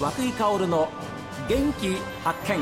涌井薫の元気発見。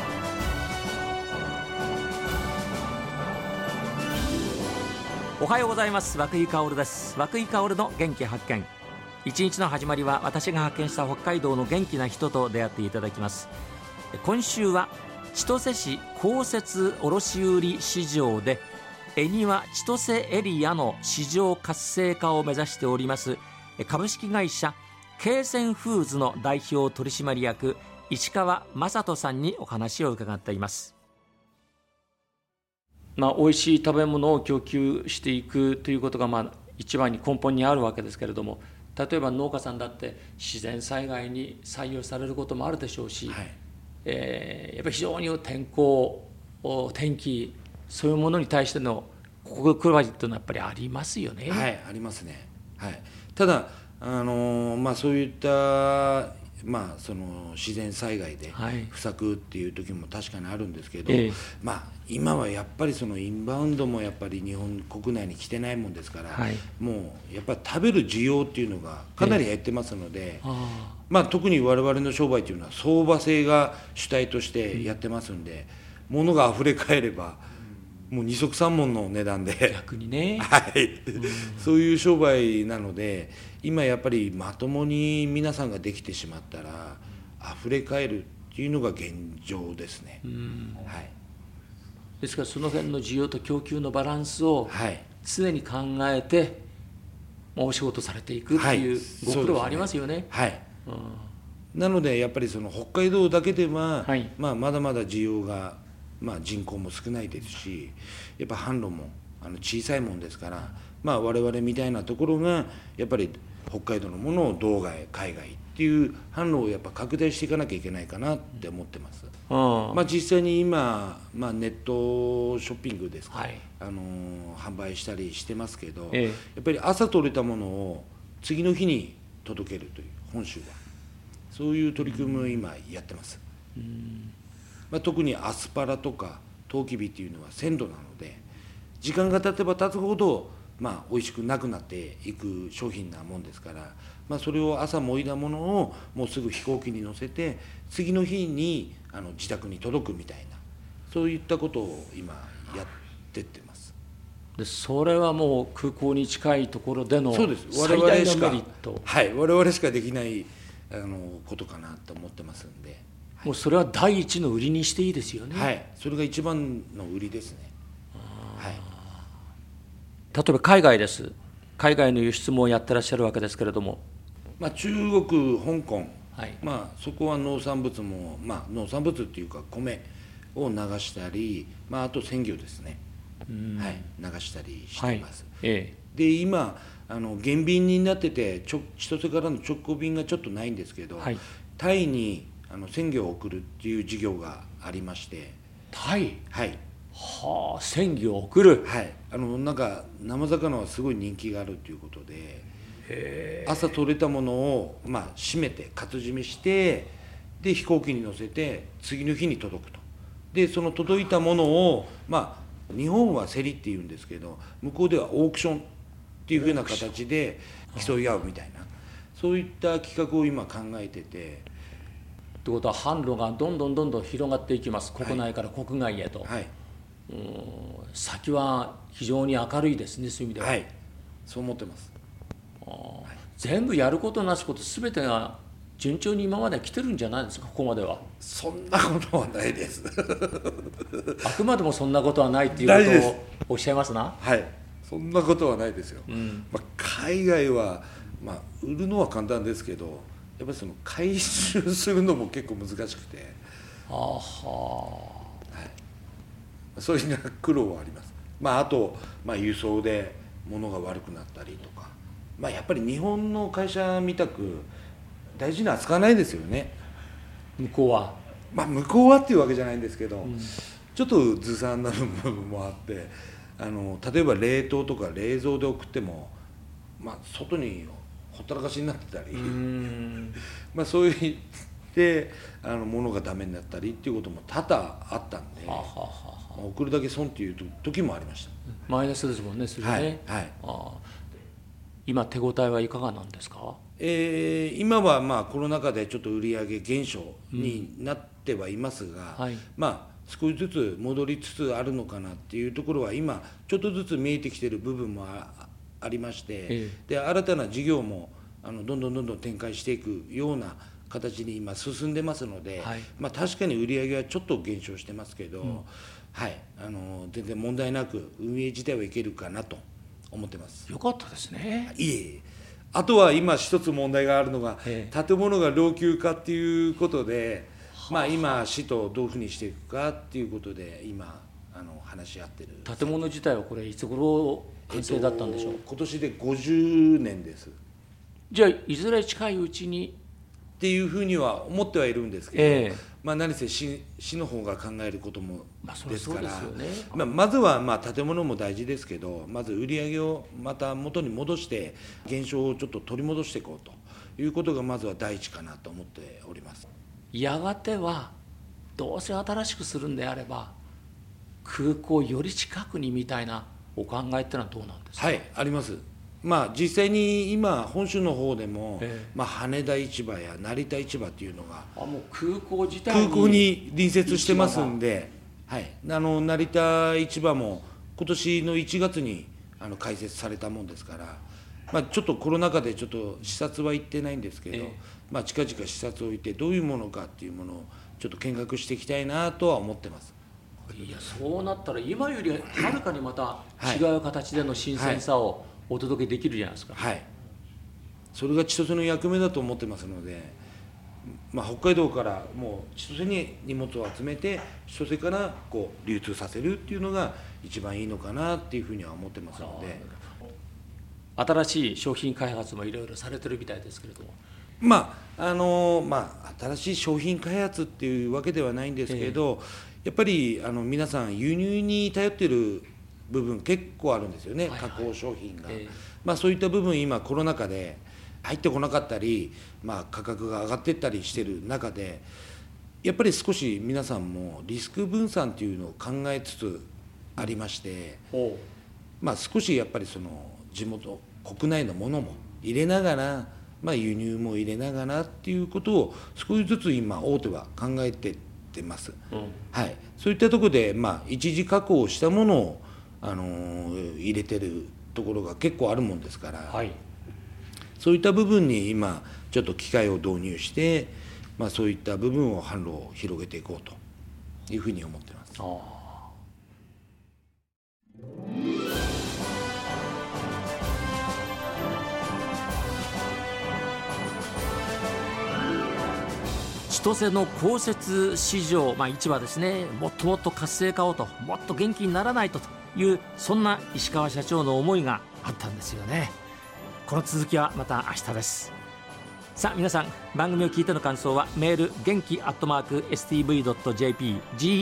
おはようございます。涌井薫です。涌井薫の元気発見。一日の始まりは私が発見した北海道の元気な人と出会っていただきます。今週は千歳市公設卸売市場で恵庭千歳エリアの市場活性化を目指しております株式会社慶泉フーズの代表取締役市川正人さんにお話を伺っています。美味しい食べ物を供給していくということが一番に根本にあるわけですけれども、例えば農家さんだって自然災害に採用されることもあるでしょうし、やっぱり非常に天候天気そういうものに対しての心配りというのはやっぱりありますよね。 はい、ありますね。はい、ただそういったその自然災害で不作っていう時も確かにあるんですけど、今はやっぱりそのインバウンドもやっぱり日本国内に来てないもんですから、もうやっぱり食べる需要っていうのがかなり減ってますので、特に我々の商売っていうのは相場制が主体としてやってますんで、物があふれ返ればもう二足三文の値段で逆にね、 そういう商売なので、今やっぱりまともに皆さんができてしまったら溢れ返るっていうのが現状ですね。 ですからその辺の需要と供給のバランスを常に考えてお仕事されていくっていうご苦労はありますよね。 なのでやっぱりその北海道だけでは、まだまだ需要が人口も少ないですし、やっぱ販路も小さいもんですから、我々みたいなところがやっぱり北海道のものを道外海外っていう販路をやっぱ拡大していかなきゃいけないかなって思ってます。実際に今、ネットショッピングですか、販売したりしてますけど、やっぱり朝取れたものを次の日に届けるという本州はそういう取り組みを今やってます。特にアスパラとかトウキビっていうのは鮮度なので、時間が経てば経つほど美味しくなくなっていく商品なもんですから、それを朝もいだものをもうすぐ飛行機に乗せて次の日に自宅に届くみたいな、そういったことを今やってってます。 でそれはもう空港に近いところでのそうです。 最大のメリット。 我々しかできないことかなと思ってますんで、 もうそれは第一の売りにしていいですよね。 それが一番の売りですね。 例えば海外です。海外の輸出もやってらっしゃるわけですけれども、 中国、香港、そこは農産物も、農産物っていうか米を流したり、あと鮮魚ですね、流したりしています。で今減便になってて千歳からの直行便がちょっとないんですけど、タイに鮮魚を送るっていう事業がありまして。 タイ？鮮魚を送る。 なんか生魚はすごい人気があるということで、朝取れたものを締めてカツ締めして、で飛行機に乗せて次の日に届くと。でその届いたものを日本は競りっていうんですけど、向こうではオークションっていうふうな形で競い合うみたいな、そういった企画を今考えてて。 ということは販路がどんどん広がっていきます。国内から国外へと。先は非常に明るいですね。そういう意味では。 そう思ってます。 全部やることなすこと全てが順調に今まで来てるんじゃないですか。ここまでは。 そんなことはないです。 あくまでもそんなことはないっていうことをおっしゃいますな。 そんなことはないですよ。海外は売るのは簡単ですけど、やっぱりその回収するのも結構難しくて、そういう苦労はあります。あと、輸送で物が悪くなったりとか、やっぱり日本の会社みたく大事に扱わないですよね、 向こうは。 向こうはっていうわけじゃないんですけど、ちょっとずさんな部分もあって、例えば冷凍とか冷蔵で送っても、外にほったらかしになってたりそういうで物がダメになったりっていうことも多々あったんで、送るだけ損っていう時もありました。 マイナスですもんね、それね。 今手応えはいかがなんですか？ 今はまあコロナ禍でちょっと売上減少になってはいますが、はい、まあ少しずつ戻りつつあるのかなっていうところは今ちょっとずつ見えてきている部分もありまして、で新たな事業もどんどん展開していくような形に今進んでますので、はい、まあ、確かに売上はちょっと減少してますけど、はい、全然問題なく運営自体はいけるかなと思ってます。 よかったですね。 いえ、あとは今一つ問題があるのが、建物が老朽化っていうことで、まあ、今市とどういうふうにしていくかっていうことで今話し合ってる。 建物自体はこれいつ頃完成だったんでしょう？ 今年で50年です。 じゃあいずれ近いうちにっていうふうには思ってはいるんですけど、まあ、何せ市の方が考えることもですから、まずはまあ建物も大事ですけど、まず売り上げをまた元に戻して減少をちょっと取り戻していこうということがまずは第一かなと思っております。 やがてはどうせ新しくするんであれば空港より近くにみたいなお考えってのはどうなんですか？ はい、あります。まあ、実際に今本州の方でも、まあ、羽田市場や成田市場っていうのがもう空港自体に空港に隣接してますんで、はい、成田市場も今年の1月に開設されたもんですから、まあ、ちょっとコロナ禍でちょっと視察は行ってないんですけど、まあ、近々視察を行ってどういうものかっていうものをちょっと見学していきたいなとは思ってます。 いや、そうなったら今よりはるかにまた違う形での新鮮さをお届けできるじゃないですか。 はい、それが千歳の役目だと思ってますので、まあ、北海道からもう千歳に荷物を集めて千歳からこう流通させるっていうのが一番いいのかなっていうふうには思ってますので、 新しい商品開発もいろいろされてるみたいですけれども、 まあ新しい商品開発っていうわけではないんですけど、やっぱり皆さん輸入に頼ってる部分結構あるんですよね、加工商品が。まあ、そういった部分今コロナ禍で入ってこなかったり、まあ、価格が上がっていったりしてる中で、やっぱり少し皆さんもリスク分散っていうのを考えつつありまして、まあ、少しやっぱりその地元国内のものも入れながら、まあ、輸入も入れながらっていうことを少しずつ今大手は考えてってます。はい、そういったところで、まあ、一次加工したものを入れてるところが結構あるもんですから、はい、そういった部分に今ちょっと機械を導入して、まあ、そういった部分を販路を広げていこうというふうに思ってます。 千歳の公設市場、市場ですね、もっともっと活性化をと、もっと元気にならないとという、そんな石川社長の思いがあったんですよね。この続きはまた明日です。さあ皆さん、番組を聞いての感想はメール元気@stv.jp、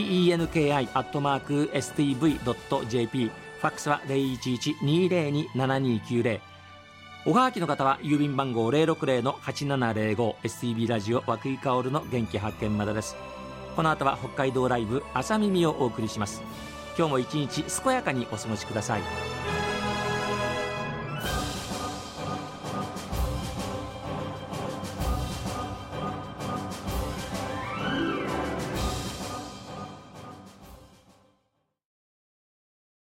genki@stv.jp、 ファックスは 011-202-7290。おはがきの方は郵便番号 060-8705 STB ラジオ和久井薫の元気発見までです。この後は北海道ライブ朝耳をお送りします。今日も一日健やかにお過ごしください。